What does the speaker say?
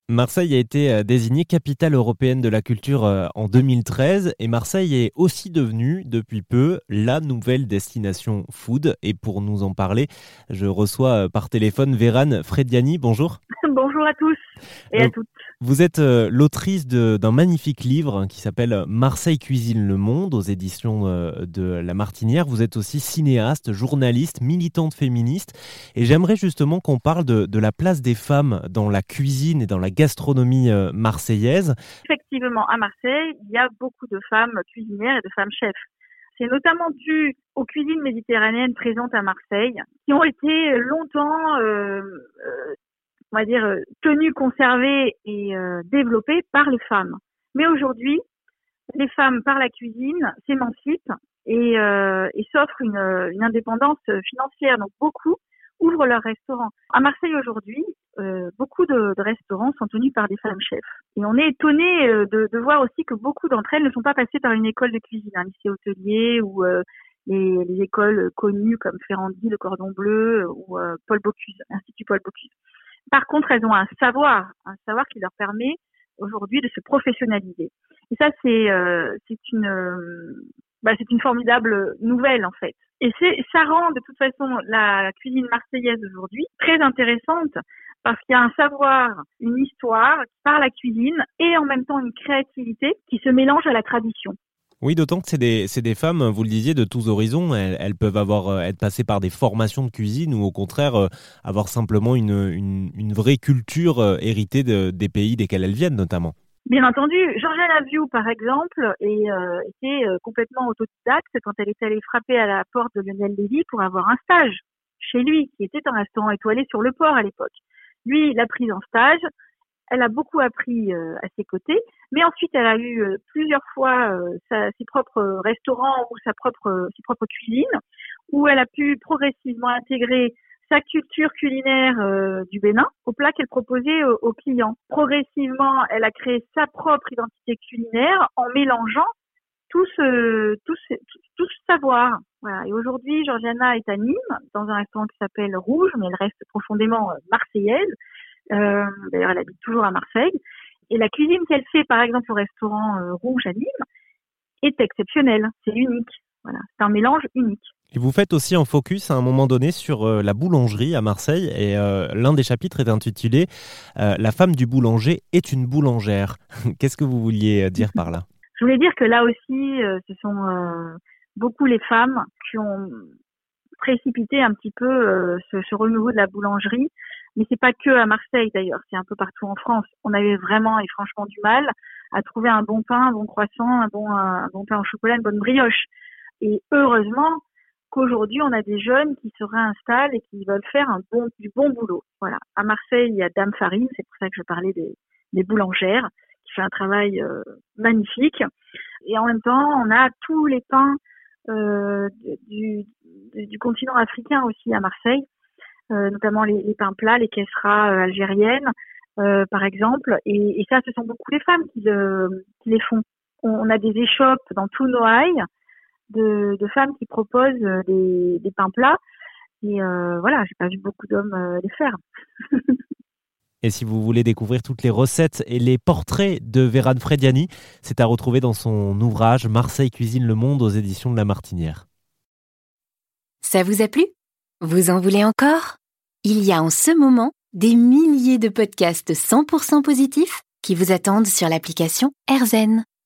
Marseille a été désignée capitale européenne de la culture en 2013 et Marseille est aussi devenue depuis peu la nouvelle destination food. Et pour nous en parler, je reçois par téléphone Vérane Frediani. Bonjour. Bonjour à tous et à toutes. Vous êtes l'autrice d'un magnifique livre qui s'appelle Marseille cuisine le monde aux éditions de La Martinière. Vous êtes aussi cinéaste, journaliste, militante féministe. Et j'aimerais justement qu'on parle de la place des femmes dans la cuisine et dans la gastronomie marseillaise. Effectivement, à Marseille, il y a beaucoup de femmes cuisinières et de femmes chefs. C'est notamment dû aux cuisines méditerranéennes présentes à Marseille, qui ont été longtemps, tenues, conservées et développées par les femmes. Mais aujourd'hui, les femmes, par la cuisine, s'émancipent et s'offrent une indépendance financière. Donc beaucoup ouvrent leurs restaurants. À Marseille aujourd'hui, beaucoup de restaurants sont tenus par des femmes chefs. Et on est étonné de voir aussi que beaucoup d'entre elles ne sont pas passées par une école de cuisine, un lycée hôtelier ou les écoles connues comme Ferrandi, le Cordon Bleu ou Paul Bocuse, Institut Paul Bocuse. Par contre, elles ont un savoir qui leur permet aujourd'hui de se professionnaliser. Et ça, c'est une formidable nouvelle en fait. Et ça rend de toute façon la cuisine marseillaise aujourd'hui très intéressante parce qu'il y a un savoir, une histoire par la cuisine et en même temps une créativité qui se mélange à la tradition. Oui, d'autant que c'est des femmes, vous le disiez, de tous horizons. Elles peuvent être passées par des formations de cuisine ou au contraire avoir simplement une vraie culture héritée des pays desquels elles viennent notamment. Bien entendu, Georgiana Aviou, par exemple, était complètement autodidacte quand elle est allée frapper à la porte de Lionel Lévy pour avoir un stage chez lui, qui était un restaurant étoilé sur le port à l'époque. Lui, l'a prise en stage, elle a beaucoup appris à ses côtés, mais ensuite elle a eu plusieurs fois ses propres restaurants ou ses propres cuisines, où elle a pu progressivement intégrer sa culture culinaire du Bénin aux plats qu'elle proposait aux clients. Progressivement, elle a créé sa propre identité culinaire en mélangeant tout ce savoir. Voilà. Et aujourd'hui, Georgiana est à Nîmes, dans un restaurant qui s'appelle Rouge, mais elle reste profondément marseillaise. D'ailleurs, elle habite toujours à Marseille. Et la cuisine qu'elle fait, par exemple, au restaurant Rouge à Nîmes, est exceptionnelle. C'est unique. Voilà. C'est un mélange unique. Et vous faites aussi un focus à un moment donné sur la boulangerie à Marseille et l'un des chapitres est intitulé « La femme du boulanger est une boulangère ». Qu'est-ce que vous vouliez dire par là ? Je voulais dire que là aussi, ce sont beaucoup les femmes qui ont précipité un petit peu ce renouveau de la boulangerie. Mais c'est pas que à Marseille d'ailleurs, c'est un peu partout en France. On avait vraiment et franchement du mal à trouver un bon pain, un bon croissant, un bon pain au chocolat, une bonne brioche. Et heureusement qu'aujourd'hui, on a des jeunes qui se réinstallent et qui veulent faire du bon boulot. Voilà. À Marseille, il y a Dame Farine, c'est pour ça que je parlais des boulangères, qui fait un travail magnifique. Et en même temps, on a tous les pains du continent africain aussi à Marseille, notamment les pains plats, les kesseras algériennes, par exemple. Et ça, ce sont beaucoup les femmes qui les font. On a des échoppes dans tout Noailles de femmes qui proposent des pains plats. Et voilà, j'ai pas vu beaucoup d'hommes les faire. Et si vous voulez découvrir toutes les recettes et les portraits de Vérane Frediani, c'est à retrouver dans son ouvrage Marseille cuisine le monde aux éditions de La Martinière. Ça vous a plu ? Vous en voulez encore ? Il y a en ce moment des milliers de podcasts 100% positifs qui vous attendent sur l'application AirZen.